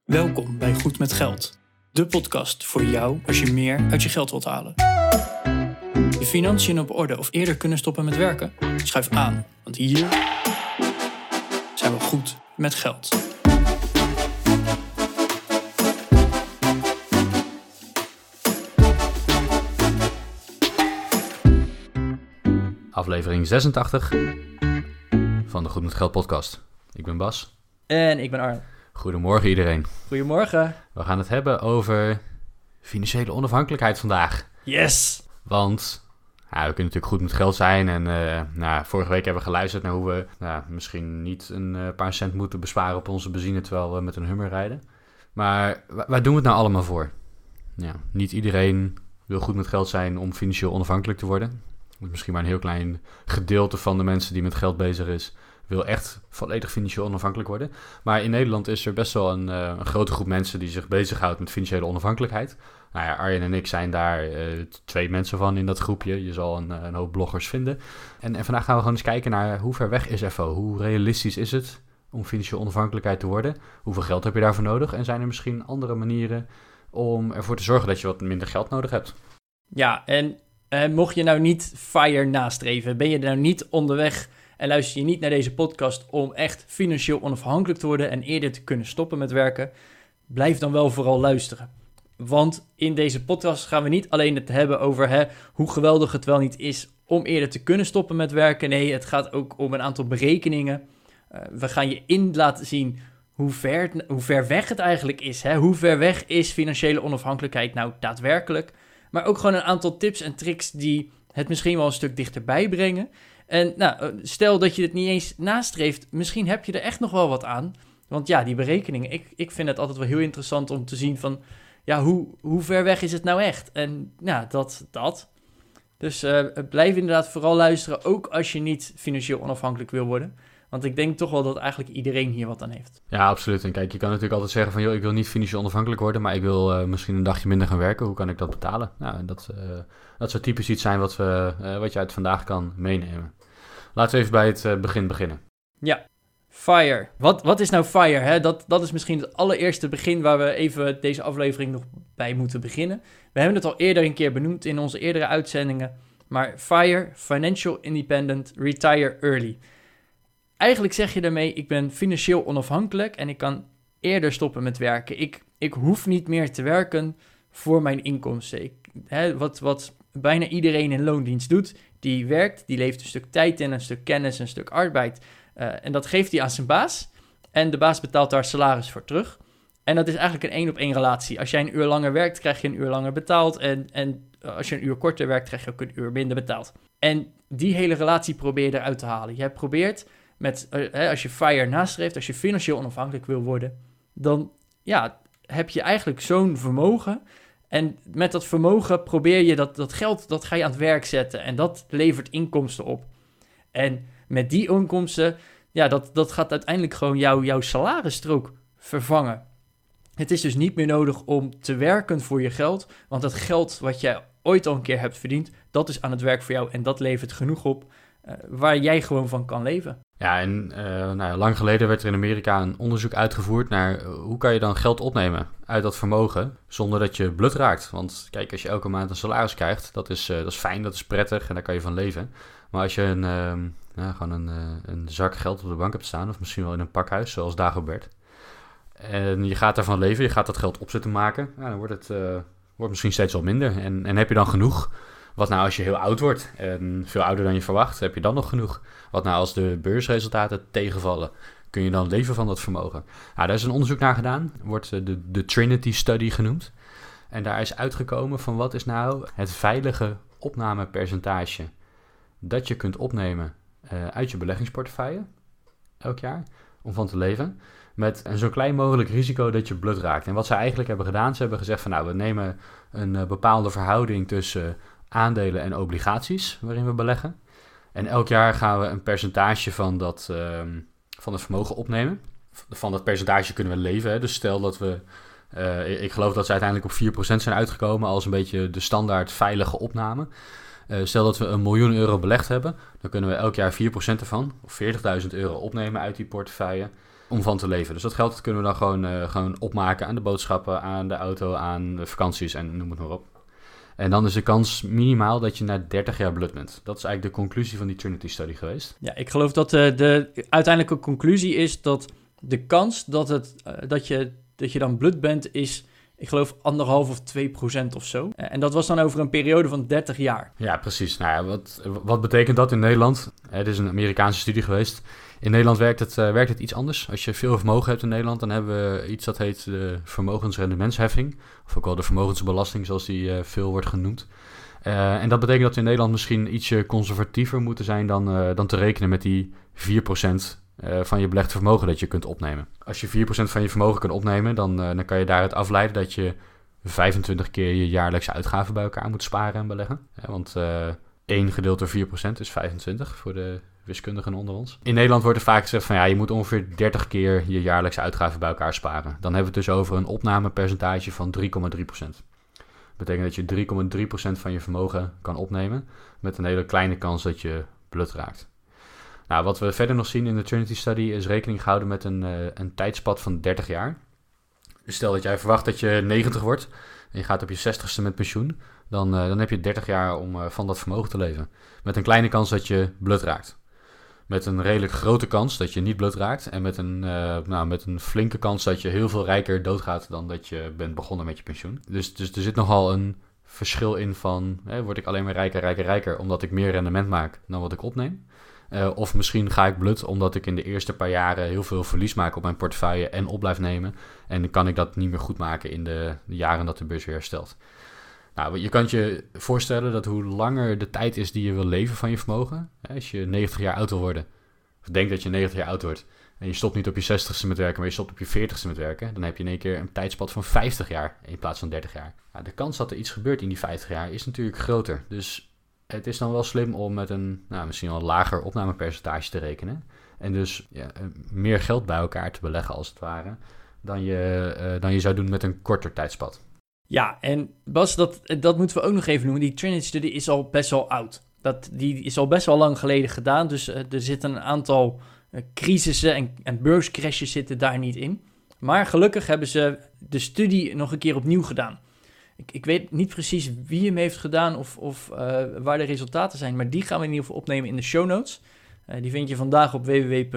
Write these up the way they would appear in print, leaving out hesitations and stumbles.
Welkom bij Goed met Geld, de podcast voor jou als je meer uit je geld wilt halen. Je financiën op orde of eerder kunnen stoppen met werken? Schuif aan, want hier zijn we goed met geld. Aflevering 86 van de Goed met Geld podcast. Ik ben Bas. En ik ben Arne. Goedemorgen iedereen. Goedemorgen. We gaan het hebben over financiële onafhankelijkheid vandaag. Yes! Want we kunnen natuurlijk goed met geld zijn. En vorige week hebben we geluisterd naar hoe we misschien niet een paar cent moeten besparen op onze benzine terwijl we met een Hummer rijden. Maar waar doen we het nou allemaal voor? Ja, niet iedereen wil goed met geld zijn om financieel onafhankelijk te worden. Misschien maar een heel klein gedeelte van de mensen die met geld bezig is, wil echt volledig financieel onafhankelijk worden. Maar in Nederland is er best wel een grote groep mensen die zich bezighoudt met financiële onafhankelijkheid. Nou ja, Arjen en ik zijn daar 2 mensen van in dat groepje. Je zal een hoop bloggers vinden. En vandaag gaan we gewoon eens kijken naar hoe ver weg is FO? Hoe realistisch is het om financieel onafhankelijkheid te worden? Hoeveel geld heb je daarvoor nodig? En zijn er misschien andere manieren om ervoor te zorgen dat je wat minder geld nodig hebt? Ja, en mocht je nou niet FIRE nastreven, ben je nou niet onderweg en luister je niet naar deze podcast om echt financieel onafhankelijk te worden en eerder te kunnen stoppen met werken, blijf dan wel vooral luisteren. Want in deze podcast gaan we niet alleen het hebben over hoe geweldig het wel niet is om eerder te kunnen stoppen met werken. Nee, het gaat ook om een aantal berekeningen. We gaan je in laten zien hoe ver weg het eigenlijk is. Hoe ver weg is financiële onafhankelijkheid nou daadwerkelijk? Maar ook gewoon een aantal tips en tricks die het misschien wel een stuk dichterbij brengen. En stel dat je het niet eens nastreeft, misschien heb je er echt nog wel wat aan. Want ja, die berekeningen, ik vind het altijd wel heel interessant om te zien van, ja, hoe ver weg is het nou echt? En ja, dat. Dus blijf inderdaad vooral luisteren, ook als je niet financieel onafhankelijk wil worden. Want ik denk toch wel dat eigenlijk iedereen hier wat aan heeft. Ja, absoluut. En kijk, je kan natuurlijk altijd zeggen van, joh, ik wil niet financieel onafhankelijk worden, maar ik wil misschien een dagje minder gaan werken. Hoe kan ik dat betalen? Nou, dat zou typisch iets zijn wat je uit vandaag kan meenemen. Laten we even bij het begin beginnen. Ja, FIRE. Wat is nou FIRE? Dat is misschien het allereerste begin waar we even deze aflevering nog bij moeten beginnen. We hebben het al eerder een keer benoemd in onze eerdere uitzendingen. Maar FIRE, Financial Independent, Retire Early. Eigenlijk zeg je daarmee, ik ben financieel onafhankelijk en ik kan eerder stoppen met werken. Ik hoef niet meer te werken voor mijn inkomsten. Wat bijna iedereen in loondienst doet, die werkt, die levert een stuk tijd in, een stuk kennis, een stuk arbeid. En dat geeft hij aan zijn baas. En de baas betaalt daar salaris voor terug. En dat is eigenlijk een 1-op-1 relatie. Als jij een uur langer werkt, krijg je een uur langer betaald. En als je een uur korter werkt, krijg je ook een uur minder betaald. En die hele relatie probeer je eruit te halen. Jij probeert als je FIRE nastreeft, als je financieel onafhankelijk wil worden, dan heb je eigenlijk zo'n vermogen. En met dat vermogen probeer je dat geld, dat ga je aan het werk zetten. En dat levert inkomsten op. En met die inkomsten, dat gaat uiteindelijk gewoon jouw salarisstrook vervangen. Het is dus niet meer nodig om te werken voor je geld. Want het geld wat jij ooit al een keer hebt verdiend, dat is aan het werk voor jou. En dat levert genoeg op waar jij gewoon van kan leven. Ja, en lang geleden werd er in Amerika een onderzoek uitgevoerd naar hoe kan je dan geld opnemen uit dat vermogen zonder dat je blut raakt. Want kijk, als je elke maand een salaris krijgt, dat is fijn, dat is prettig en daar kan je van leven. Maar als je een zak geld op de bank hebt staan, of misschien wel in een pakhuis, zoals Dagobert, en je gaat daarvan leven, je gaat dat geld opzetten maken, dan wordt het misschien steeds wel minder. En heb je dan genoeg? Wat nou als je heel oud wordt en veel ouder dan je verwacht, heb je dan nog genoeg? Wat nou als de beursresultaten tegenvallen? Kun je dan leven van dat vermogen? Daar is een onderzoek naar gedaan, wordt de Trinity Study genoemd. En daar is uitgekomen van wat is nou het veilige opnamepercentage dat je kunt opnemen uit je beleggingsportefeuille elk jaar om van te leven. Met een zo klein mogelijk risico dat je blut raakt. En wat ze eigenlijk hebben gedaan, ze hebben gezegd van we nemen een bepaalde verhouding tussen aandelen en obligaties waarin we beleggen. En elk jaar gaan we een percentage van het vermogen opnemen. Van dat percentage kunnen we leven. Dus stel dat we, ik geloof dat ze uiteindelijk op 4% zijn uitgekomen als een beetje de standaard veilige opname. Stel dat we €1 miljoen belegd hebben, dan kunnen we elk jaar 4% ervan, of €40.000 opnemen uit die portefeuille. om van te leven. Dus dat geld kunnen we dan gewoon opmaken aan de boodschappen, aan de auto, aan de vakanties en noem het maar op. En dan is de kans minimaal dat je na 30 jaar blut bent. Dat is eigenlijk de conclusie van die Trinity Study geweest. Ja, ik geloof dat de uiteindelijke conclusie is dat de kans dat je dan blut bent is, ik geloof 1,5 of 2% of zo. En dat was dan over een periode van 30 jaar. Ja, precies. Nou ja, wat betekent dat in Nederland? Het is een Amerikaanse studie geweest. In Nederland werkt het iets anders. Als je veel vermogen hebt in Nederland, dan hebben we iets dat heet de vermogensrendementsheffing. Of ook wel de vermogensbelasting, zoals die veel wordt genoemd. En dat betekent dat we in Nederland misschien ietsje conservatiever moeten zijn dan te rekenen met die 4% van je belegde vermogen dat je kunt opnemen. Als je 4% van je vermogen kunt opnemen, dan kan je daaruit afleiden dat je 25 keer je jaarlijkse uitgaven bij elkaar moet sparen en beleggen. Want 1 gedeeld door 4% is 25 voor de wiskundigen onder ons. In Nederland wordt er vaak gezegd van ja, je moet ongeveer 30 keer je jaarlijkse uitgaven bij elkaar sparen. Dan hebben we het dus over een opnamepercentage van 3,3%. Dat betekent dat je 3,3% van je vermogen kan opnemen met een hele kleine kans dat je blut raakt. Nou, wat we verder nog zien in de Trinity Study is rekening gehouden met een tijdspad van 30 jaar. Dus stel dat jij verwacht dat je 90 wordt en je gaat op je 60ste met pensioen, dan heb je 30 jaar om van dat vermogen te leven. Met een kleine kans dat je blut raakt. Met een redelijk grote kans dat je niet blut raakt. En met een flinke kans dat je heel veel rijker doodgaat dan dat je bent begonnen met je pensioen. Dus er zit nogal een verschil in van, word ik alleen maar rijker, omdat ik meer rendement maak dan wat ik opneem. Of misschien ga ik blut omdat ik in de eerste paar jaren heel veel verlies maak op mijn portefeuille en op blijf nemen. En dan kan ik dat niet meer goed maken in de jaren dat de beurs weer herstelt. Nou, je kan je voorstellen dat hoe langer de tijd is die je wil leven van je vermogen. Als je 90 jaar oud wil worden, of denkt dat je 90 jaar oud wordt, en je stopt niet op je 60ste met werken, maar je stopt op je 40ste met werken, dan heb je in één keer een tijdspad van 50 jaar in plaats van 30 jaar. Nou, de kans dat er iets gebeurt in die 50 jaar is natuurlijk groter. Dus het is dan wel slim om met een misschien wel lager opnamepercentage te rekenen. En dus meer geld bij elkaar te beleggen als het ware, dan je zou doen met een korter tijdspad. Ja, en Bas, dat moeten we ook nog even noemen. Die Trinity Study is al best wel oud. Die is al best wel lang geleden gedaan. Dus er zitten een aantal crisissen en beurscrashes zitten daar niet in. Maar gelukkig hebben ze de studie nog een keer opnieuw gedaan. Ik weet niet precies wie hem heeft gedaan of waar de resultaten zijn. Maar die gaan we in ieder geval opnemen in de show notes. Die vind je vandaag op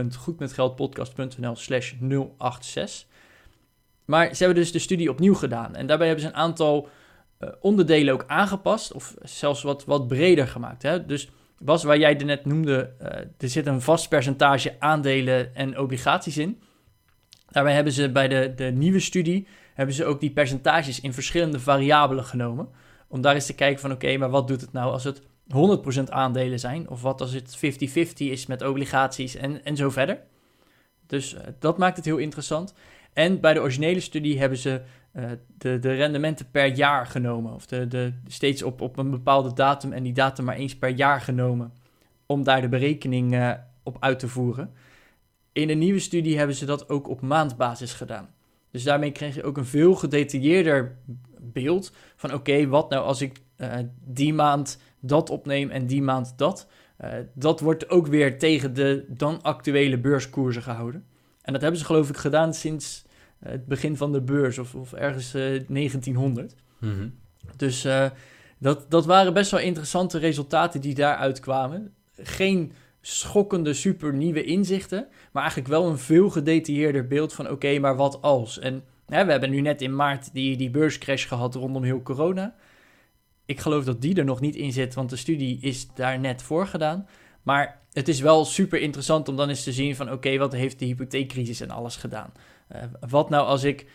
www.goedmetgeldpodcast.nl/086. Maar ze hebben dus de studie opnieuw gedaan. En daarbij hebben ze een aantal onderdelen ook aangepast. Of zelfs wat breder gemaakt. Hè? Dus Bas, waar jij er net noemde, er zit een vast percentage aandelen en obligaties in. Daarbij hebben ze bij de nieuwe studie hebben ze ook die percentages in verschillende variabelen genomen. Om daar eens te kijken van oké, maar wat doet het nou als het 100% aandelen zijn? Of wat als het 50-50 is met obligaties en zo verder. Dus dat maakt het heel interessant. En bij de originele studie hebben ze de rendementen per jaar genomen. Of steeds op een bepaalde datum en die datum maar eens per jaar genomen. Om daar de berekening op uit te voeren. In de nieuwe studie hebben ze dat ook op maandbasis gedaan. Dus daarmee kreeg je ook een veel gedetailleerder beeld van oké, wat nou als ik die maand dat opneem en die maand dat. Dat wordt ook weer tegen de dan actuele beurskoersen gehouden. En dat hebben ze geloof ik gedaan sinds het begin van de beurs of ergens 1900. Mm-hmm. Dus dat waren best wel interessante resultaten die daaruit kwamen. Geen schokkende, super nieuwe inzichten, maar eigenlijk wel een veel gedetailleerder beeld van oké, maar wat als? En we hebben nu net in maart die beurscrash gehad rondom heel corona. Ik geloof dat die er nog niet in zit, want de studie is daar net voor gedaan. Maar het is wel super interessant om dan eens te zien van oké, wat heeft de hypotheekcrisis en alles gedaan? Wat nou als ik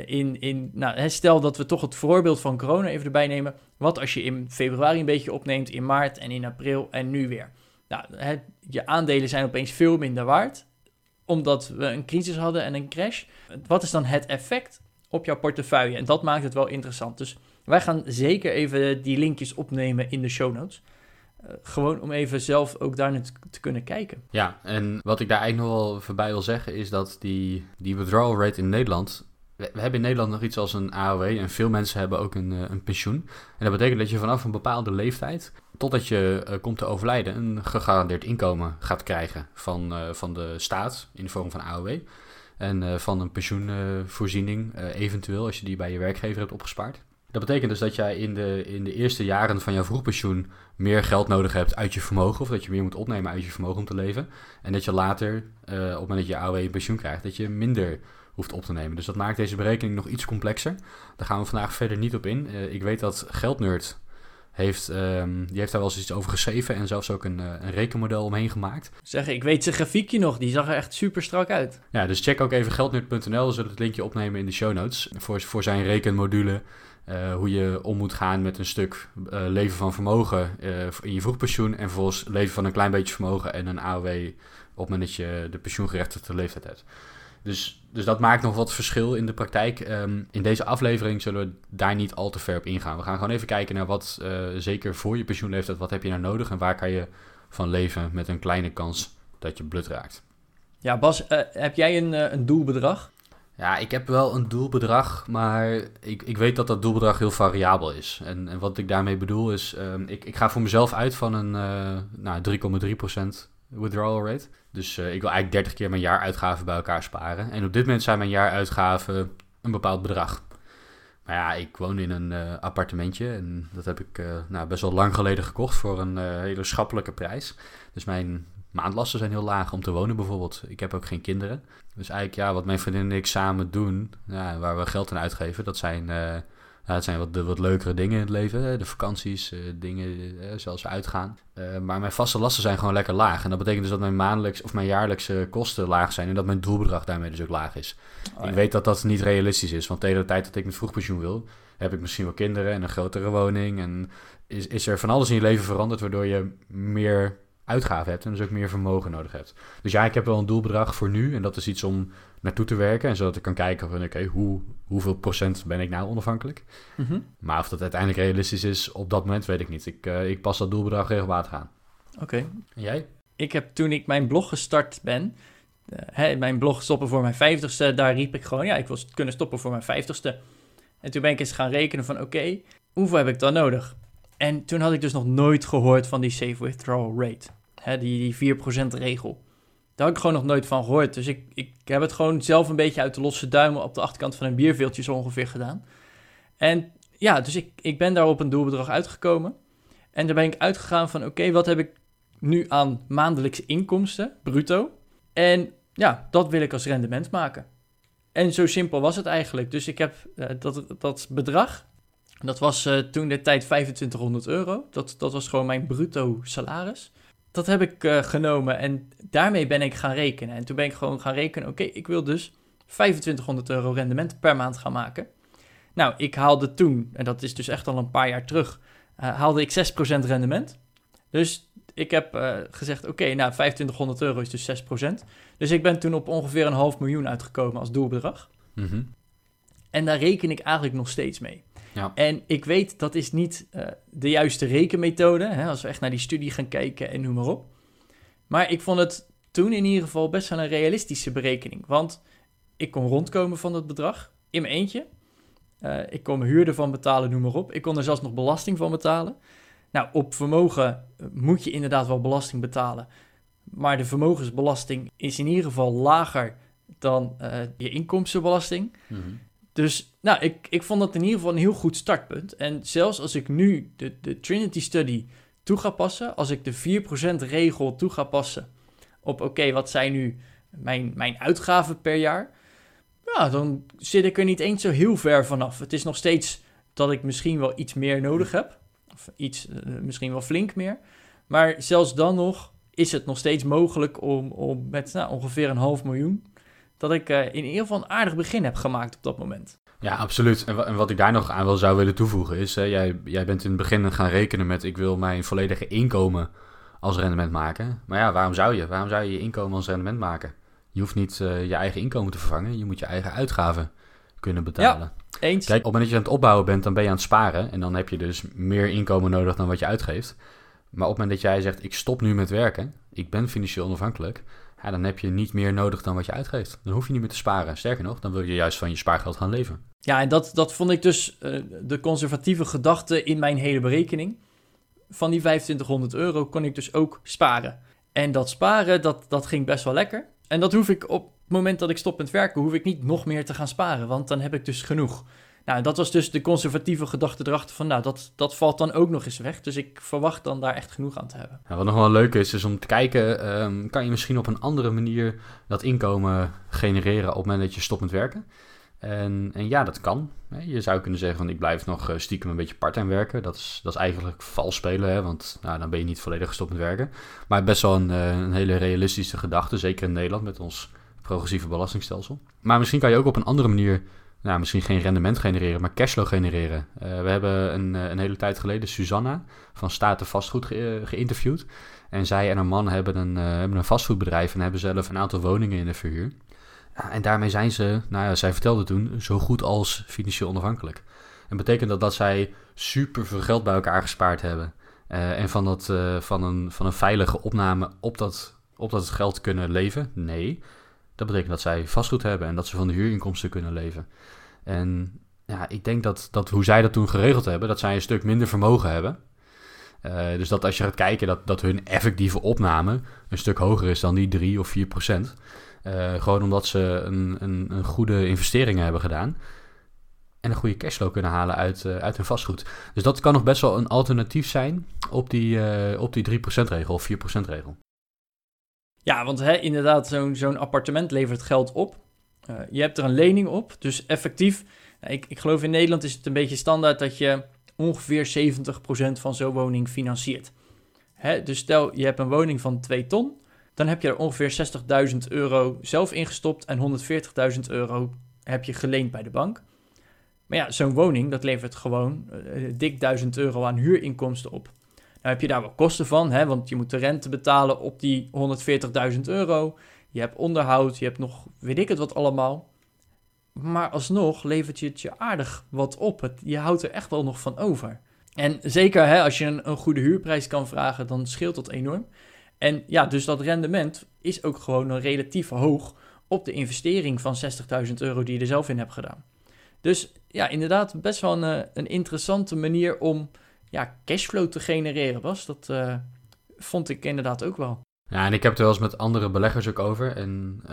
stel dat we toch het voorbeeld van corona even erbij nemen. Wat als je in februari een beetje opneemt, in maart en in april en nu weer? Nou, je aandelen zijn opeens veel minder waard, omdat we een crisis hadden en een crash. Wat is dan het effect op jouw portefeuille? En dat maakt het wel interessant. Dus wij gaan zeker even die linkjes opnemen in de show notes. Gewoon om even zelf ook daar te kunnen kijken. Ja, en wat ik daar eigenlijk nog wel voorbij wil zeggen is dat die withdrawal rate in Nederland... We hebben in Nederland nog iets als een AOW en veel mensen hebben ook een pensioen. En dat betekent dat je vanaf een bepaalde leeftijd, totdat je komt te overlijden, een gegarandeerd inkomen gaat krijgen van de staat in de vorm van AOW. en van een pensioenvoorziening, eventueel als je die bij je werkgever hebt opgespaard. Dat betekent dus dat jij in de eerste jaren van jouw vroegpensioen meer geld nodig hebt uit je vermogen, of dat je meer moet opnemen uit je vermogen om te leven. En dat je later, op het moment dat je AOW pensioen krijgt, dat je minder hoeft op te nemen. Dus dat maakt deze berekening nog iets complexer. Daar gaan we vandaag verder niet op in. Ik weet dat Geldnerd die heeft daar wel eens iets over geschreven en zelfs ook een rekenmodel omheen gemaakt. Zeg, ik weet zijn grafiekje nog, die zag er echt super strak uit. Ja, dus check ook even geldnerd.nl, we zullen het linkje opnemen in de show notes voor zijn rekenmodule. Hoe je om moet gaan met een stuk leven van vermogen in je vroegpensioen en vervolgens leven van een klein beetje vermogen en een AOW op het moment dat je de pensioengerechtigde leeftijd hebt. Dus dat maakt nog wat verschil in de praktijk. In deze aflevering zullen we daar niet al te ver op ingaan. We gaan gewoon even kijken naar wat, zeker voor je pensioenleeftijd, wat heb je nou nodig en waar kan je van leven met een kleine kans dat je blut raakt. Ja, Bas, heb jij een doelbedrag? Ja, ik heb wel een doelbedrag, maar ik weet dat dat doelbedrag heel variabel is. En wat ik daarmee bedoel is, ik ga voor mezelf uit van een 3,3% withdrawal rate. Dus ik wil eigenlijk 30 keer mijn jaaruitgaven bij elkaar sparen. En op dit moment zijn mijn jaaruitgaven een bepaald bedrag. Maar ja, ik woon in een appartementje en dat heb ik best wel lang geleden gekocht voor een hele schappelijke prijs. Dus mijn maandlasten zijn heel laag om te wonen bijvoorbeeld. Ik heb ook geen kinderen. Dus eigenlijk wat mijn vriendin en ik samen doen, waar we geld aan uitgeven, dat zijn wat leukere dingen in het leven. De vakanties, dingen zoals uitgaan. Maar mijn vaste lasten zijn gewoon lekker laag. En dat betekent dus dat mijn jaarlijkse kosten laag zijn en dat mijn doelbedrag daarmee dus ook laag is. Oh ja. Ik weet dat dat niet realistisch is, want tegen de tijd dat ik met vroegpensioen wil, heb ik misschien wel kinderen en een grotere woning. En is er van alles in je leven veranderd waardoor je meer uitgaven hebt en dus ook meer vermogen nodig hebt. Dus ja, ik heb wel een doelbedrag voor nu en dat is iets om naartoe te werken en zodat ik kan kijken van hoeveel procent ben ik nou onafhankelijk. Mm-hmm. Maar of dat uiteindelijk realistisch is, op dat moment weet ik niet. Ik pas dat doelbedrag regelmatig aan. Oké. En jij? Ik heb toen ik mijn blog gestart ben, mijn blog stoppen voor mijn 50ste, daar riep ik gewoon, ik wil kunnen stoppen voor mijn 50ste. En toen ben ik eens gaan rekenen van hoeveel heb ik dan nodig? En toen had ik dus nog nooit gehoord van die safe withdrawal rate. Die 4% regel. Daar had ik gewoon nog nooit van gehoord. Dus ik heb het gewoon zelf een beetje uit de losse duimen op de achterkant van een bierveeltje zo ongeveer gedaan. En ja, dus ik ben daar op een doelbedrag uitgekomen. En daar ben ik uitgegaan van wat heb ik nu aan maandelijkse inkomsten, bruto. En ja, dat wil ik als rendement maken. En zo simpel was het eigenlijk. Dus ik heb dat bedrag, dat was toen de tijd €2500. Dat was gewoon mijn bruto salaris. Dat heb ik genomen en daarmee ben ik gaan rekenen. En toen ben ik gewoon gaan rekenen, ik wil dus €2500 rendement per maand gaan maken. Nou, ik haalde toen, en dat is dus echt al een paar jaar terug, haalde ik 6% rendement. Dus ik heb gezegd, €2500 is dus 6%. Dus ik ben toen op ongeveer $500.000 uitgekomen als doelbedrag. Mm-hmm. En daar reken ik eigenlijk nog steeds mee. Ja. En ik weet, dat is niet de juiste rekenmethode, als we echt naar die studie gaan kijken en noem maar op. Maar ik vond het toen in ieder geval best wel een realistische berekening. Want ik kon rondkomen van dat bedrag in mijn eentje. Ik kon mijn huur ervan betalen, noem maar op. Ik kon er zelfs nog belasting van betalen. Nou, op vermogen moet je inderdaad wel belasting betalen. Maar de vermogensbelasting is in ieder geval lager dan je inkomstenbelasting. Mm-hmm. Dus ik vond dat in ieder geval een heel goed startpunt. En zelfs als ik nu de Trinity Study toe ga passen, als ik de 4% regel toe ga passen op wat zijn nu mijn uitgaven per jaar, dan zit ik er niet eens zo heel ver vanaf. Het is nog steeds dat ik misschien wel iets meer nodig heb, of misschien wel flink meer. Maar zelfs dan nog is het nog steeds mogelijk om met ongeveer $500.000... dat ik in ieder geval een aardig begin heb gemaakt op dat moment. Ja, absoluut. En wat ik daar nog aan zou willen toevoegen is, jij bent in het begin gaan rekenen met, ik wil mijn volledige inkomen als rendement maken. Maar ja, waarom zou je inkomen als rendement maken? Je hoeft niet je eigen inkomen te vervangen, je moet je eigen uitgaven kunnen betalen. Ja, eens. Kijk, op het moment dat je aan het opbouwen bent, dan ben je aan het sparen en dan heb je dus meer inkomen nodig dan wat je uitgeeft. Maar op het moment dat jij zegt, ik stop nu met werken, ik ben financieel onafhankelijk, dan heb je niet meer nodig dan wat je uitgeeft. Dan hoef je niet meer te sparen. Sterker nog, dan wil je juist van je spaargeld gaan leven. Ja, en dat vond ik dus de conservatieve gedachte in mijn hele berekening. Van die €2500 kon ik dus ook sparen. En dat sparen, dat ging best wel lekker. En dat hoef ik op het moment dat ik stop met werken, hoef ik niet nog meer te gaan sparen, want dan heb ik dus genoeg. Nou, dat was dus de conservatieve gedachte erachter van, nou, dat valt dan ook nog eens weg. Dus ik verwacht dan daar echt genoeg aan te hebben. Ja, wat nog wel leuk is om te kijken, kan je misschien op een andere manier dat inkomen genereren op het moment dat je stopt met werken? En ja, dat kan. Je zou kunnen zeggen van ik blijf nog stiekem een beetje parttime werken. Dat is eigenlijk vals spelen, hè? Want nou, dan ben je niet volledig gestopt met werken. Maar best wel een hele realistische gedachte, zeker in Nederland met ons progressieve belastingstelsel. Maar misschien kan je ook op een andere manier, nou, misschien geen rendement genereren, maar cashflow genereren. We hebben een hele tijd geleden Susanna van Staten Vastgoed geïnterviewd. En zij en haar man hebben een vastgoedbedrijf en hebben zelf een aantal woningen in de verhuur. Ja, en daarmee zijn ze, nou ja, zij vertelde toen, zo goed als financieel onafhankelijk. En betekent dat zij super veel geld bij elkaar gespaard hebben. En van een veilige opname op dat geld kunnen leven? Nee. Dat betekent dat zij vastgoed hebben en dat ze van de huurinkomsten kunnen leven. En ja, ik denk dat hoe zij dat toen geregeld hebben, dat zij een stuk minder vermogen hebben. Dus dat als je gaat kijken dat hun effectieve opname een stuk hoger is dan die 3 of 4%. Gewoon omdat ze een goede investeringen hebben gedaan. En een goede cashflow kunnen halen uit hun vastgoed. Dus dat kan nog best wel een alternatief zijn op die 3%-regel of 4%-regel. Ja, want inderdaad, zo'n appartement levert geld op. Je hebt er een lening op, dus effectief. Ik geloof in Nederland is het een beetje standaard dat je ongeveer 70% van zo'n woning financiert. Dus stel, je hebt een woning van 2 ton... dan heb je er ongeveer €60.000 zelf ingestopt en €140.000 heb je geleend bij de bank. Maar ja, zo'n woning, dat levert gewoon dik €1.000 aan huurinkomsten op. Nou heb je daar wel kosten van, want je moet de rente betalen op die €140.000. Je hebt onderhoud, je hebt nog weet ik het wat allemaal. Maar alsnog levert je het je aardig wat op. Je houdt er echt wel nog van over. En zeker als je een goede huurprijs kan vragen, dan scheelt dat enorm. En ja, dus dat rendement is ook gewoon relatief hoog op de investering van €60.000 die je er zelf in hebt gedaan. Dus ja, inderdaad best wel een interessante manier om cashflow te genereren, Bas. Dat vond ik inderdaad ook wel. Ja, en ik heb het er wel eens met andere beleggers ook over. En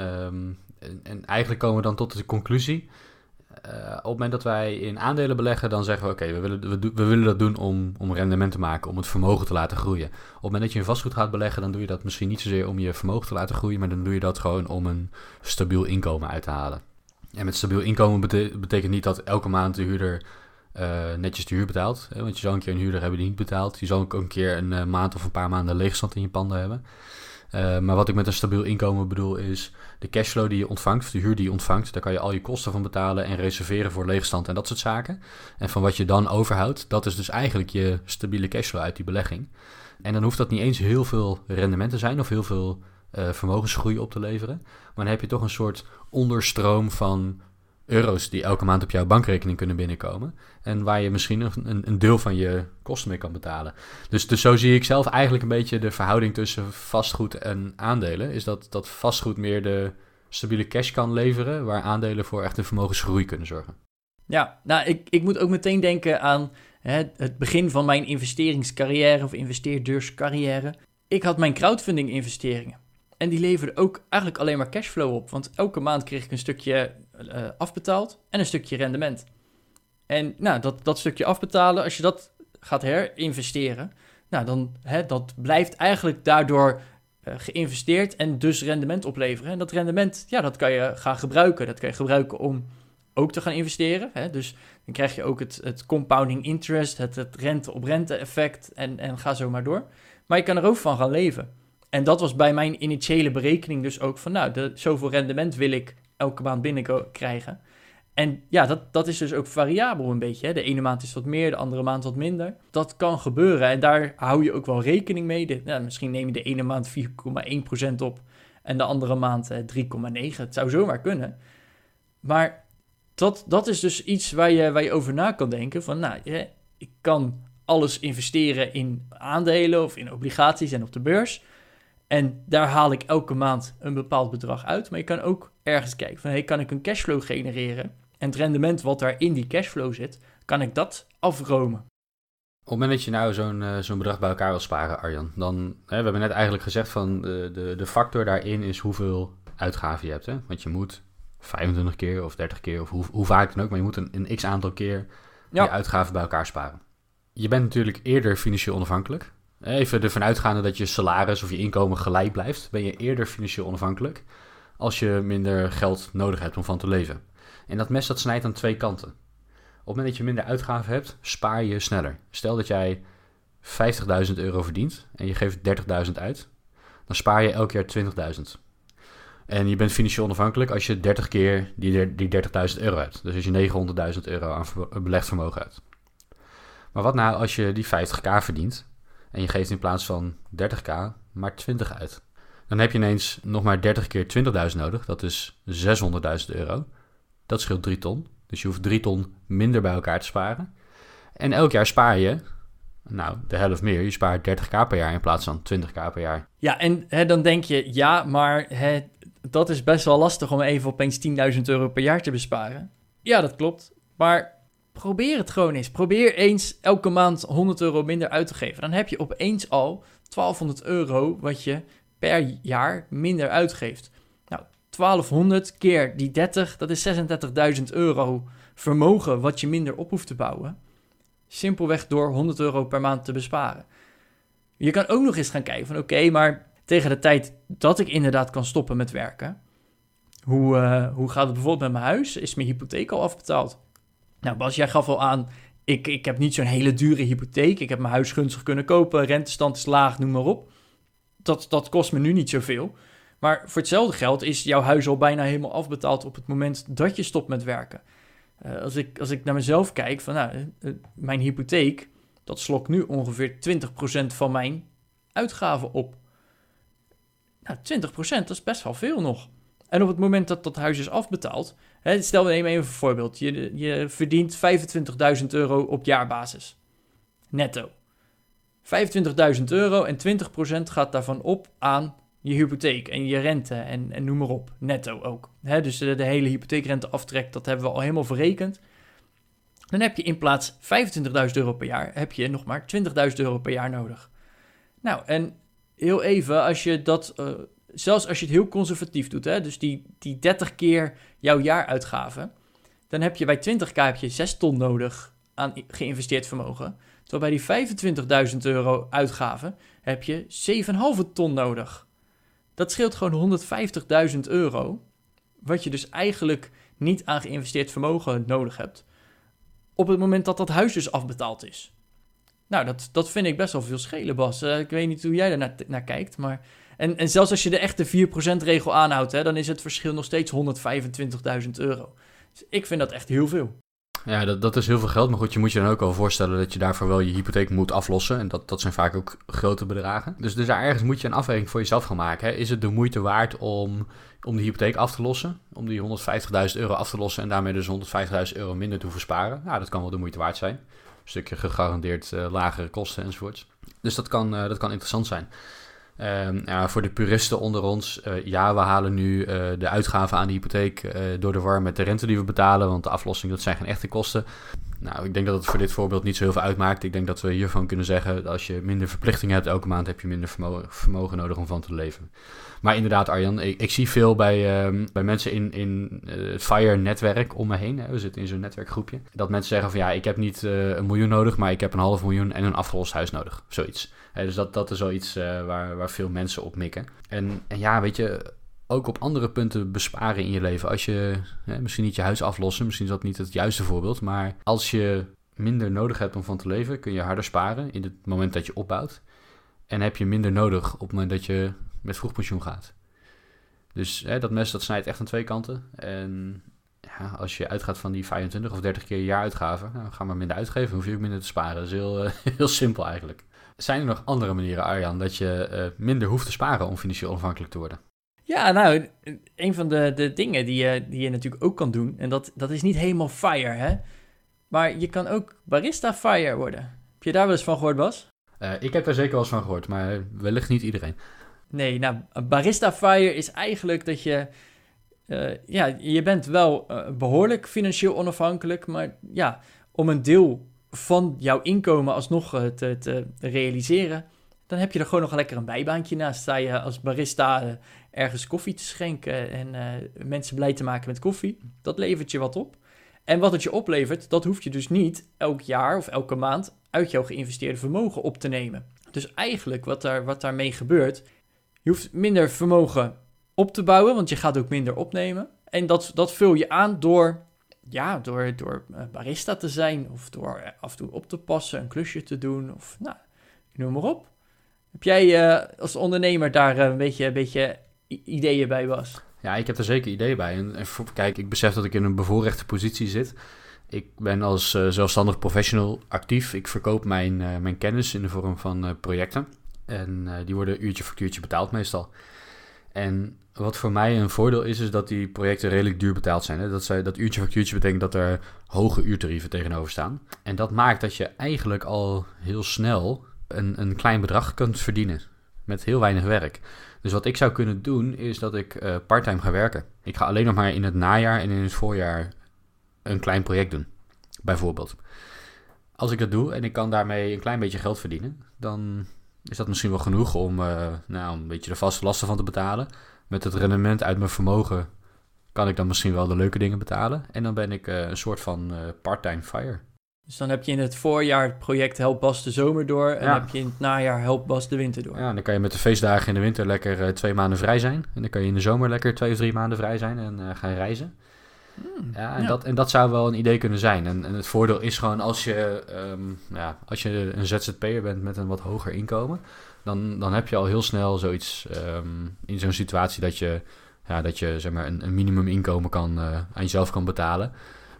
eigenlijk komen we dan tot de conclusie. Op het moment dat wij in aandelen beleggen, dan zeggen we oké, we willen dat doen om rendement te maken, om het vermogen te laten groeien. Op het moment dat je in vastgoed gaat beleggen, dan doe je dat misschien niet zozeer om je vermogen te laten groeien, maar dan doe je dat gewoon om een stabiel inkomen uit te halen. En met stabiel inkomen betekent niet dat elke maand de huurder netjes de huur betaalt. Hè? Want je zal een keer een huurder hebben die niet betaalt. Je zal ook een keer een maand of een paar maanden leegstand in je panden hebben. Maar wat ik met een stabiel inkomen bedoel is de cashflow die je ontvangt, de huur die je ontvangt, daar kan je al je kosten van betalen en reserveren voor leegstand en dat soort zaken. En van wat je dan overhoudt, dat is dus eigenlijk je stabiele cashflow uit die belegging. En dan hoeft dat niet eens heel veel rendement te zijn of heel veel vermogensgroei op te leveren. Maar dan heb je toch een soort onderstroom van euro's die elke maand op jouw bankrekening kunnen binnenkomen. En waar je misschien een deel van je kosten mee kan betalen. Dus zo zie ik zelf eigenlijk een beetje de verhouding tussen vastgoed en aandelen. Is dat vastgoed meer de stabiele cash kan leveren, waar aandelen voor echt een vermogensgroei kunnen zorgen. Ja, nou ik moet ook meteen denken aan het begin van mijn investeringscarrière of investeerdeurscarrière. Ik had mijn crowdfunding investeringen. En die leverden ook eigenlijk alleen maar cashflow op. Want elke maand kreeg ik een stukje afbetaald en een stukje rendement. En nou, dat stukje afbetalen, als je dat gaat herinvesteren, nou, dan dat blijft eigenlijk daardoor geïnvesteerd en dus rendement opleveren. En dat rendement, ja, dat kan je gaan gebruiken. Dat kan je gebruiken om ook te gaan investeren. Dus dan krijg je ook het compounding interest, het rente-op-rente effect en ga zo maar door. Maar je kan er ook van gaan leven. En dat was bij mijn initiële berekening dus ook van, nou, zoveel rendement wil ik elke maand binnenkrijgen. En ja, dat is dus ook variabel een beetje. De ene maand is wat meer, de andere maand wat minder. Dat kan gebeuren en daar hou je ook wel rekening mee. Misschien neem je de ene maand 4,1% op en de andere maand 3,9%. Het zou zomaar kunnen. Maar dat is dus iets waar je over na kan denken. Van, nou, ik kan alles investeren in aandelen of in obligaties en op de beurs. En daar haal ik elke maand een bepaald bedrag uit. Maar je kan ook ergens kijken van, kan ik een cashflow genereren? En het rendement wat daar in die cashflow zit, kan ik dat afromen? Op het moment dat je nou zo'n bedrag bij elkaar wil sparen, Arjan, dan, we hebben net eigenlijk gezegd van de factor daarin is hoeveel uitgaven je hebt. Hè? Want je moet 25 keer of 30 keer of hoe vaak dan ook, maar je moet een x aantal keer je uitgaven bij elkaar sparen. Je bent natuurlijk eerder financieel onafhankelijk. Even ervan uitgaande dat je salaris of je inkomen gelijk blijft, ben je eerder financieel onafhankelijk als je minder geld nodig hebt om van te leven. En dat mes dat snijdt aan twee kanten. Op het moment dat je minder uitgaven hebt, spaar je sneller. Stel dat jij €50.000 verdient en je geeft 30.000 uit, dan spaar je elk jaar 20.000. En je bent financieel onafhankelijk als je 30 keer die 30.000 euro hebt. Dus als je €900.000 aan belegd vermogen hebt. Maar wat nou als je die 50k verdient en je geeft in plaats van 30k maar 20 uit? Dan heb je ineens nog maar 30 keer 20.000 nodig. Dat is €600.000. Dat scheelt 3 ton. Dus je hoeft 3 ton minder bij elkaar te sparen. En elk jaar spaar je, de helft meer. Je spaart 30k per jaar in plaats van 20k per jaar. Ja, en dan denk je, ja, maar dat is best wel lastig om even opeens €10.000 per jaar te besparen. Ja, dat klopt. Maar probeer het gewoon eens. Probeer eens elke maand €100 minder uit te geven. Dan heb je opeens al €1200 wat je per jaar minder uitgeeft. Nou, 1200 keer die 30, dat is €36.000 vermogen wat je minder op hoeft te bouwen. Simpelweg door €100 per maand te besparen. Je kan ook nog eens gaan kijken van oké, maar tegen de tijd dat ik inderdaad kan stoppen met werken, hoe gaat het bijvoorbeeld met mijn huis? Is mijn hypotheek al afbetaald? Nou Bas, jij gaf al aan, ik heb niet zo'n hele dure hypotheek. Ik heb mijn huis gunstig kunnen kopen, rentestand is laag, noem maar op. Dat kost me nu niet zoveel. Maar voor hetzelfde geld is jouw huis al bijna helemaal afbetaald op het moment dat je stopt met werken. Als ik naar mezelf kijk, mijn hypotheek, dat slokt nu ongeveer 20% van mijn uitgaven op. Nou, 20%, dat is best wel veel nog. En op het moment dat dat huis is afbetaald, stel we nemen even een voorbeeld. Je verdient €25.000 op jaarbasis. Netto. €25.000 en 20% gaat daarvan op aan je hypotheek en je rente en noem maar op. Netto ook. Dus de hele hypotheekrenteaftrek, dat hebben we al helemaal verrekend. Dan heb je in plaats €25.000 per jaar, heb je nog maar €20.000 per jaar nodig. Nou, en heel even, als je dat, zelfs als je het heel conservatief doet, dus die 30 keer jouw jaaruitgaven, dan heb je bij 20k heb je 6 ton nodig aan geïnvesteerd vermogen. Terwijl bij die €25.000 uitgaven heb je 7,5 ton nodig. Dat scheelt gewoon €150.000, wat je dus eigenlijk niet aan geïnvesteerd vermogen nodig hebt, op het moment dat dat huis dus afbetaald is. Nou, dat vind ik best wel veel schelen, Bas. Ik weet niet hoe jij daar naar kijkt, maar... En zelfs als je de echte 4%-regel aanhoudt, dan is het verschil nog steeds €125.000. Dus ik vind dat echt heel veel. Ja, dat is heel veel geld. Maar goed, je moet je dan ook al voorstellen dat je daarvoor wel je hypotheek moet aflossen. En dat zijn vaak ook grote bedragen. Dus daar ergens moet je een afweging voor jezelf gaan maken. Hè. Is het de moeite waard om de hypotheek af te lossen? Om die €150.000 af te lossen en daarmee dus €150.000 minder te hoeven sparen? Nou, dat kan wel de moeite waard zijn. Een stukje gegarandeerd lagere kosten enzovoorts. Dus dat kan interessant zijn. Voor de puristen onder ons, we halen nu de uitgaven aan de hypotheek door de war met de rente die we betalen, want de aflossing, dat zijn geen echte kosten. Nou, ik denk dat het voor dit voorbeeld niet zo heel veel uitmaakt. Ik denk dat we hiervan kunnen zeggen dat als je minder verplichtingen hebt elke maand, heb je minder vermogen nodig om van te leven. Maar inderdaad, Arjan, ik zie veel bij mensen in het FIRE-netwerk om me heen. Hè. We zitten in zo'n netwerkgroepje. Dat mensen zeggen van ik heb niet 1 miljoen nodig, maar ik heb 500.000 en een afgelost huis nodig. Zoiets. Dus dat is wel iets waar veel mensen op mikken. En weet je, ook op andere punten besparen in je leven. Als je misschien niet je huis aflossen, misschien is dat niet het juiste voorbeeld, maar als je minder nodig hebt om van te leven, kun je harder sparen in het moment dat je opbouwt. En heb je minder nodig op het moment dat je met vroegpensioen gaat. Dus dat mes dat snijdt echt aan twee kanten. En als je uitgaat van die 25 of 30 keer je jaaruitgaven, ga maar minder uitgeven, hoef je ook minder te sparen. Dat is heel simpel eigenlijk. Zijn er nog andere manieren, Arjan, dat je minder hoeft te sparen om financieel onafhankelijk te worden? Ja, nou, een van de dingen die je natuurlijk ook kan doen, en dat is niet helemaal FIRE, hè? Maar je kan ook barista FIRE worden. Heb je daar wel eens van gehoord, Bas? Ik heb daar zeker wel eens van gehoord, maar wellicht niet iedereen. Nee, nou, barista FIRE is eigenlijk dat je... je bent wel behoorlijk financieel onafhankelijk, maar om een deel van jouw inkomen alsnog te realiseren, dan heb je er gewoon nog lekker een bijbaantje naast. Sta je als barista ergens koffie te schenken en mensen blij te maken met koffie. Dat levert je wat op. En wat het je oplevert, dat hoef je dus niet elk jaar of elke maand uit jouw geïnvesteerde vermogen op te nemen. Dus eigenlijk wat daarmee gebeurt, je hoeft minder vermogen op te bouwen, want je gaat ook minder opnemen. En dat vul je aan door barista te zijn of door af en toe op te passen, een klusje te doen of noem maar op. Heb jij als ondernemer daar een beetje ideeën bij, Bas? Ja, ik heb er zeker ideeën bij. Kijk, ik besef dat ik in een bevoorrechte positie zit. Ik ben als zelfstandig professional actief. Ik verkoop mijn kennis in de vorm van projecten. En die worden uurtje factuurtje betaald meestal. En wat voor mij een voordeel is dat die projecten redelijk duur betaald zijn. Hè? Dat uurtje factuurtje betekent dat er hoge uurtarieven tegenover staan. En dat maakt dat je eigenlijk al heel snel een klein bedrag kunt verdienen. Met heel weinig werk. Dus wat ik zou kunnen doen, is dat ik parttime ga werken. Ik ga alleen nog maar in het najaar en in het voorjaar een klein project doen. Bijvoorbeeld. Als ik dat doe en ik kan daarmee een klein beetje geld verdienen, dan is dat misschien wel genoeg om een beetje de vaste lasten van te betalen. Met het rendement uit mijn vermogen kan ik dan misschien wel de leuke dingen betalen. En dan ben ik een soort van part-time fire. Dus dan heb je in het voorjaar het project Help Bas de zomer door. En heb je in het najaar Help Bas de winter door. Ja, dan kan je met de feestdagen in de winter lekker 2 maanden vrij zijn. En dan kan je in de zomer lekker 2 of 3 maanden vrij zijn en gaan reizen. Dat zou wel een idee kunnen zijn. En het voordeel is gewoon als je een ZZP'er bent met een wat hoger inkomen, dan heb je al heel snel zoiets in zo'n situatie dat je zeg maar een minimuminkomen aan jezelf kan betalen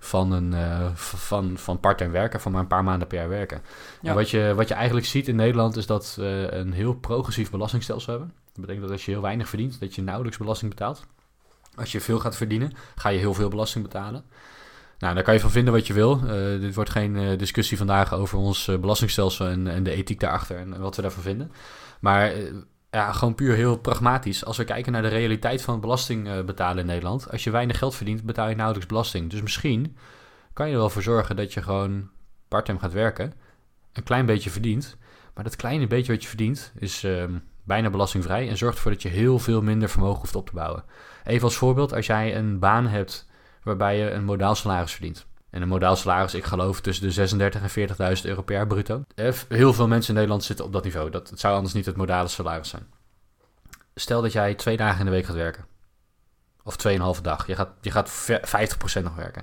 van part-time werken, van maar een paar maanden per jaar werken. Ja. En wat je eigenlijk ziet in Nederland is dat we een heel progressief belastingstelsel hebben. Dat betekent dat als je heel weinig verdient, dat je nauwelijks belasting betaalt. Als je veel gaat verdienen, ga je heel veel belasting betalen. Nou, daar kan je van vinden wat je wil. Dit wordt geen discussie vandaag over ons belastingstelsel en de ethiek daarachter en wat we daarvan vinden. Maar gewoon puur heel pragmatisch. Als we kijken naar de realiteit van belasting betalen in Nederland. Als je weinig geld verdient, betaal je nauwelijks belasting. Dus misschien kan je er wel voor zorgen dat je gewoon parttime gaat werken. Een klein beetje verdient. Maar dat kleine beetje wat je verdient is bijna belastingvrij. En zorgt ervoor dat je heel veel minder vermogen hoeft op te bouwen. Even als voorbeeld, als jij een baan hebt waarbij je een modaal salaris verdient. En een modaal salaris, ik geloof, tussen de 36.000 en 40.000 euro per jaar bruto. Heel veel mensen in Nederland zitten op dat niveau. Het zou anders niet het modale salaris zijn. Stel dat jij 2 dagen in de week gaat werken. Of 2,5 dag. Je gaat 50% nog werken.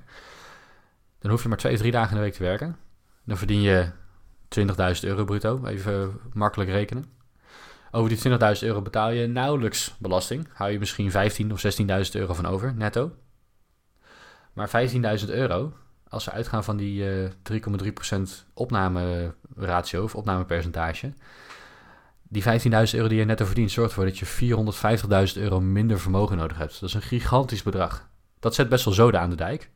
Dan hoef je maar 2 of 3 dagen in de week te werken. Dan verdien je 20.000 euro bruto. Even makkelijk rekenen. Over die 20.000 euro betaal je nauwelijks belasting. Hou je misschien 15.000 of 16.000 euro van over, netto. Maar 15.000 euro, als we uitgaan van die 3,3% opnameratio of opnamepercentage, die 15.000 euro die je netto verdient, zorgt ervoor dat je 450.000 euro minder vermogen nodig hebt. Dat is een gigantisch bedrag. Dat zet best wel zoden aan de dijk.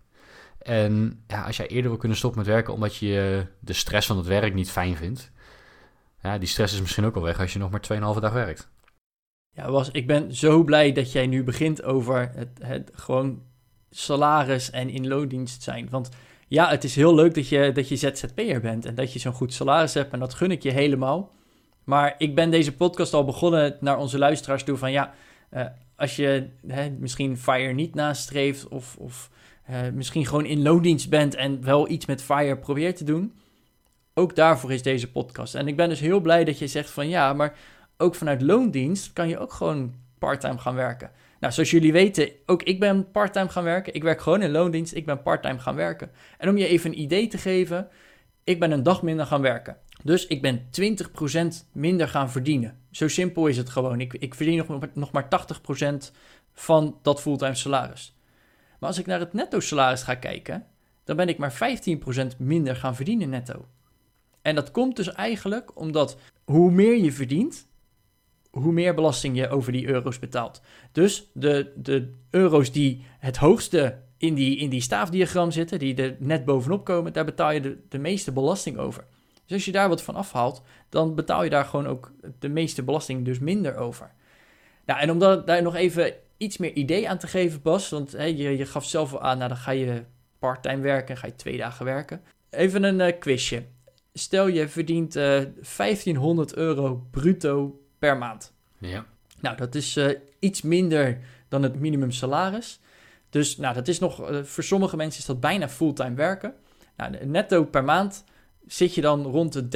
En als jij eerder wil kunnen stoppen met werken omdat je de stress van het werk niet fijn vindt, die stress is misschien ook al weg als je nog maar 2,5 dag werkt. Ja, Bas, ik ben zo blij dat jij nu begint over het gewoon salaris en in loondienst zijn. Want ja, het is heel leuk dat je ZZP'er bent en dat je zo'n goed salaris hebt en dat gun ik je helemaal. Maar ik ben deze podcast al begonnen naar onze luisteraars toe van als je misschien FIRE niet nastreeft of misschien gewoon in loondienst bent en wel iets met FIRE probeert te doen, ook daarvoor is deze podcast. En ik ben dus heel blij dat je zegt van maar ook vanuit loondienst kan je ook gewoon parttime gaan werken. Nou, zoals jullie weten, ook ik ben parttime gaan werken. Ik werk gewoon in loondienst, ik ben parttime gaan werken. En om je even een idee te geven, ik ben een dag minder gaan werken. Dus ik ben 20% minder gaan verdienen. Zo simpel is het gewoon. Ik verdien nog maar 80% van dat fulltime salaris. Maar als ik naar het netto salaris ga kijken, dan ben ik maar 15% minder gaan verdienen netto. En dat komt dus eigenlijk omdat hoe meer je verdient, hoe meer belasting je over die euro's betaalt. Dus de euro's die het hoogste in die staafdiagram zitten, die er net bovenop komen, daar betaal je de meeste belasting over. Dus als je daar wat van afhaalt, dan betaal je daar gewoon ook de meeste belasting dus minder over. Nou, en om daar nog even iets meer idee aan te geven, Bas, want je gaf zelf al aan, dan ga je parttime werken, ga je 2 dagen werken. Even een quizje. Stel je verdient 1.500 euro bruto per maand. Ja. Nou, dat is iets minder dan het minimumsalaris. Dus nou, dat is nog, voor sommige mensen is dat bijna fulltime werken. Nou, netto per maand zit je dan rond de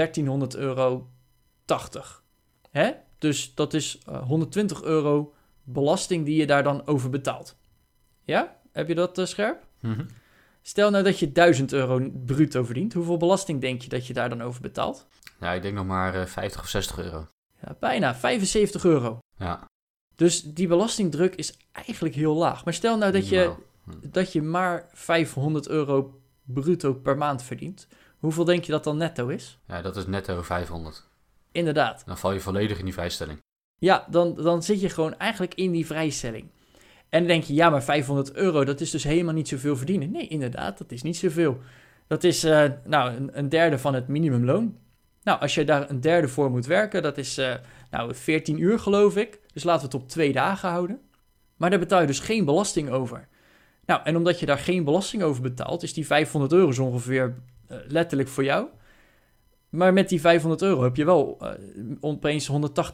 €1380. Hè? Dus dat is €120 belasting die je daar dan over betaalt. Ja? Heb je dat scherp? Mhm. Stel nou dat je €1000 bruto verdient. Hoeveel belasting denk je dat je daar dan over betaalt? Ja, ik denk nog maar 50 of €60. Ja, bijna €75. Ja. Dus die belastingdruk is eigenlijk heel laag. Maar stel nou dat je maar €500 bruto per maand verdient. Hoeveel denk je dat dan netto is? Ja, dat is netto 500. Inderdaad. Dan val je volledig in die vrijstelling. Ja, dan zit je gewoon eigenlijk in die vrijstelling. En dan denk je, ja, maar €500, dat is dus helemaal niet zoveel verdienen. Nee, inderdaad, dat is niet zoveel. Dat is een derde van het minimumloon. Nou, als je daar een derde voor moet werken, dat is 14 uur geloof ik. Dus laten we het op 2 dagen houden. Maar daar betaal je dus geen belasting over. Nou, en omdat je daar geen belasting over betaalt, is die €500 zo ongeveer letterlijk voor jou. Maar met die €500 heb je wel opeens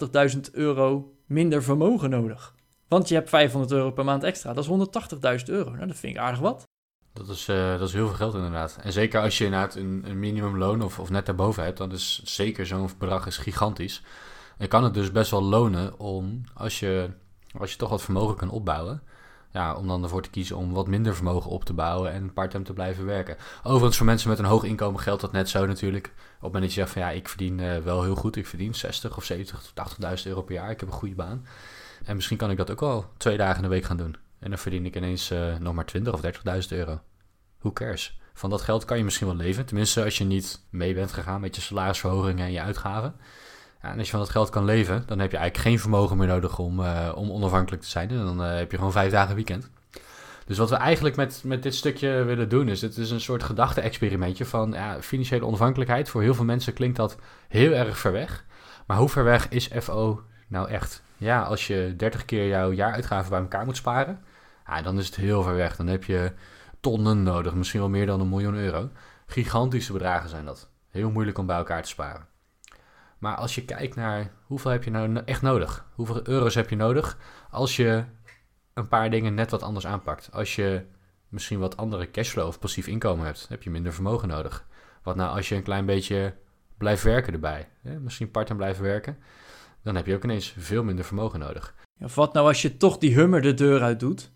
€180.000 minder vermogen nodig. Want je hebt €500 per maand extra. Dat is €180.000. Nou, dat vind ik aardig wat. Dat is heel veel geld inderdaad. En zeker als je inderdaad een minimumloon of net daarboven hebt, dan is zeker zo'n bedrag is gigantisch. En kan het dus best wel lonen om, als je toch wat vermogen kan opbouwen, ja, om dan ervoor te kiezen om wat minder vermogen op te bouwen en parttime te blijven werken. Overigens, voor mensen met een hoog inkomen geldt dat net zo natuurlijk. Op het moment dat je zegt van ja, ik verdien wel heel goed. Ik verdien 60 of 70 of €80.000 per jaar. Ik heb een goede baan. En misschien kan ik dat ook wel 2 dagen in de week gaan doen. En dan verdien ik ineens nog maar 20 of €30.000. Who cares? Van dat geld kan je misschien wel leven. Tenminste, als je niet mee bent gegaan met je salarisverhogingen en je uitgaven. Ja, en als je van dat geld kan leven, dan heb je eigenlijk geen vermogen meer nodig om onafhankelijk te zijn. En dan heb je gewoon 5 dagen weekend. Dus wat we eigenlijk met dit stukje willen doen is, het is een soort gedachte-experimentje van financiële onafhankelijkheid. Voor heel veel mensen klinkt dat heel erg ver weg. Maar hoe ver weg is FO nou echt? Ja, als je 30 keer jouw jaaruitgaven bij elkaar moet sparen, dan is het heel ver weg. Dan heb je tonnen nodig, misschien wel meer dan €1.000.000. Gigantische bedragen zijn dat. Heel moeilijk om bij elkaar te sparen. Maar als je kijkt naar hoeveel heb je nou echt nodig? Hoeveel euro's heb je nodig als je een paar dingen net wat anders aanpakt? Als je misschien wat andere cashflow of passief inkomen hebt, heb je minder vermogen nodig. Wat nou als je een klein beetje blijft werken erbij? Misschien part-time blijven werken, dan heb je ook ineens veel minder vermogen nodig. Ja, of wat nou als je toch die Hummer de deur uit doet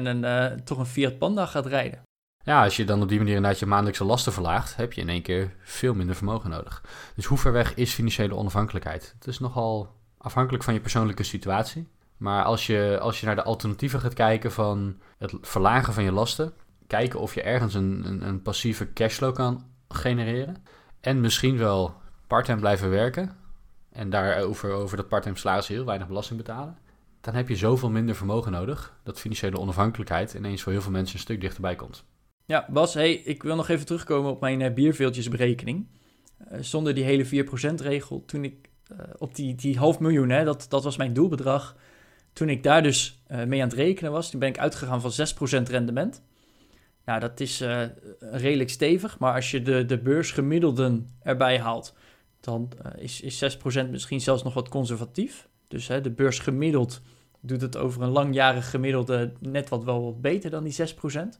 en toch een Fiat Panda gaat rijden? Ja, als je dan op die manier inderdaad je maandelijkse lasten verlaagt, heb je in één keer veel minder vermogen nodig. Dus hoe ver weg is financiële onafhankelijkheid? Het is nogal afhankelijk van je persoonlijke situatie. Maar als je naar de alternatieven gaat kijken van het verlagen van je lasten, kijken of je ergens een passieve cashflow kan genereren en misschien wel parttime blijven werken en daar over dat parttime salaris heel weinig belasting betalen, dan heb je zoveel minder vermogen nodig dat financiële onafhankelijkheid ineens voor heel veel mensen een stuk dichterbij komt. Ja, Bas, ik wil nog even terugkomen op mijn bierveeltjesberekening. Zonder die hele 4%-regel, toen ik op die $500.000, dat was mijn doelbedrag. Toen ik daar dus mee aan het rekenen was, toen ben ik uitgegaan van 6% rendement. Nou, dat is redelijk stevig, maar als je de beursgemiddelden erbij haalt, dan is 6% misschien zelfs nog wat conservatief. Dus de beurs gemiddeld doet het over een langjarig gemiddelde net wat beter dan die 6%.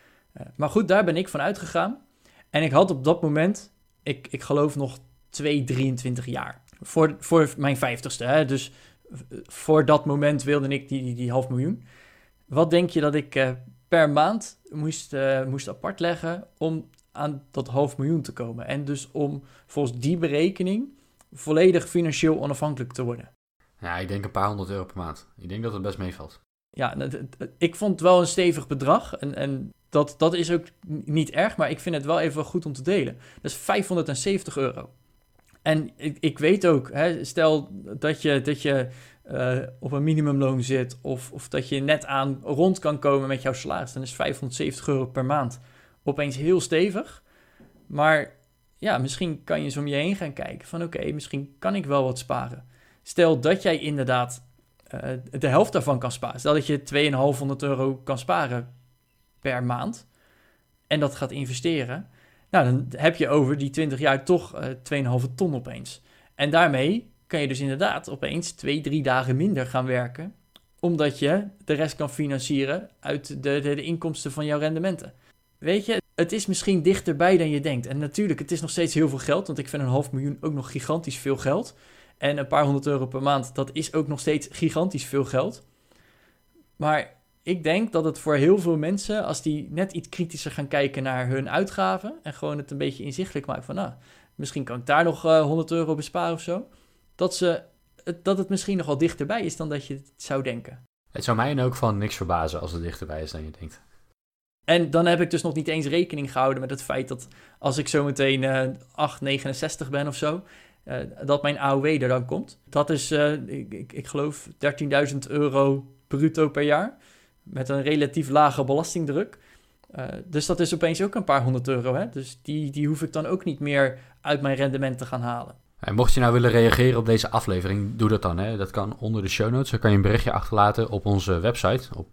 Maar goed, daar ben ik van uitgegaan. En ik had op dat moment, ik geloof nog 23 jaar. Voor mijn 50ste. Hè? Dus voor dat moment wilde ik die $500.000. Wat denk je dat ik per maand moest apart leggen om aan dat $500.000 te komen? En dus om volgens die berekening volledig financieel onafhankelijk te worden. Ja, ik denk een paar €100 per maand. Ik denk dat het best meevalt. Ja, ik vond het wel een stevig bedrag. En dat is ook niet erg, maar ik vind het wel even goed om te delen. Dat is €570. En ik weet ook, stel dat je op een minimumloon zit of dat je net aan rond kan komen met jouw salaris, dan is €570 per maand opeens heel stevig. Maar ja, misschien kan je eens om je heen gaan kijken van oké, misschien kan ik wel wat sparen. Stel dat jij inderdaad de helft daarvan kan sparen. Stel dat je €2.500 kan sparen per maand en dat gaat investeren. Nou, dan heb je over die 20 jaar toch 2,5 ton opeens. En daarmee kan je dus inderdaad opeens 2-3 dagen minder gaan werken, omdat je de rest kan financieren uit de inkomsten van jouw rendementen. Weet je, het is misschien dichterbij dan je denkt. En natuurlijk, het is nog steeds heel veel geld, want ik vind 500.000 ook nog gigantisch veel geld. En een paar €100 per maand, dat is ook nog steeds gigantisch veel geld. Maar ik denk dat het voor heel veel mensen, als die net iets kritischer gaan kijken naar hun uitgaven en gewoon het een beetje inzichtelijk maken van, misschien kan ik daar nog €100 besparen of zo, dat het misschien nog wel dichterbij is dan dat je het zou denken. Het zou mij in elk geval niks verbazen als het dichterbij is dan je denkt. En dan heb ik dus nog niet eens rekening gehouden met het feit dat als ik zo meteen 8,69 ben of zo, dat mijn AOW er dan komt. Dat is, ik geloof, €13.000 bruto per jaar. Met een relatief lage belastingdruk. Dus dat is opeens ook een paar €100. Hè? Dus die hoef ik dan ook niet meer uit mijn rendement te gaan halen. En mocht je nou willen reageren op deze aflevering, doe dat dan. Hè. Dat kan onder de show notes. Dan kan je een berichtje achterlaten op onze website. Op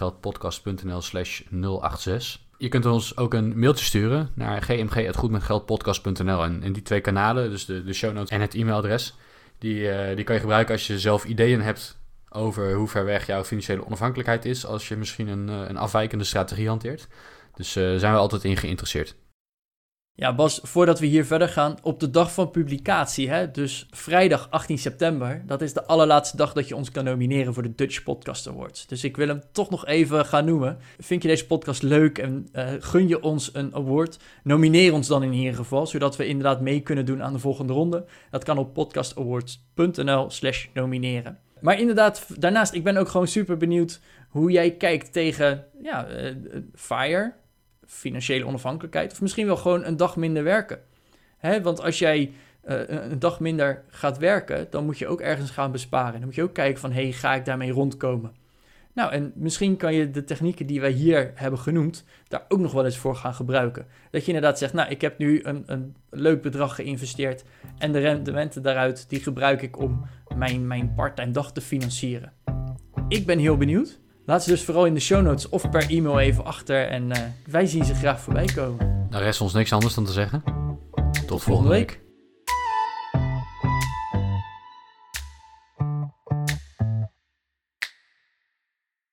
goedmetgeldpodcast.nl/086. Je kunt ons ook een mailtje sturen naar gmg@goedmetgeldpodcast.nl. En die 2 kanalen, dus de show notes en het e-mailadres, die kan je gebruiken als je zelf ideeën hebt over hoe ver weg jouw financiële onafhankelijkheid is, als je misschien een afwijkende strategie hanteert. Dus zijn we altijd in geïnteresseerd. Ja, Bas, voordat we hier verder gaan, op de dag van publicatie, hè, dus vrijdag 18 september, dat is de allerlaatste dag dat je ons kan nomineren voor de Dutch Podcast Awards. Dus ik wil hem toch nog even gaan noemen. Vind je deze podcast leuk en gun je ons een award? Nomineer ons dan in ieder geval, zodat we inderdaad mee kunnen doen aan de volgende ronde. Dat kan op podcastawards.nl/nomineren. Maar inderdaad, daarnaast, ik ben ook gewoon super benieuwd hoe jij kijkt tegen FIRE, financiële onafhankelijkheid, of misschien wel gewoon een dag minder werken. Want als jij een dag minder gaat werken, dan moet je ook ergens gaan besparen. Dan moet je ook kijken van, ga ik daarmee rondkomen? Nou, en misschien kan je de technieken die wij hier hebben genoemd, daar ook nog wel eens voor gaan gebruiken. Dat je inderdaad zegt, ik heb nu een leuk bedrag geïnvesteerd en de rendementen daaruit, die gebruik ik om mijn parttime dag te financieren. Ik ben heel benieuwd. Laat ze dus vooral in de show notes of per e-mail even achter en wij zien ze graag voorbij komen. Dan rest ons niks anders dan te zeggen. Tot volgende week.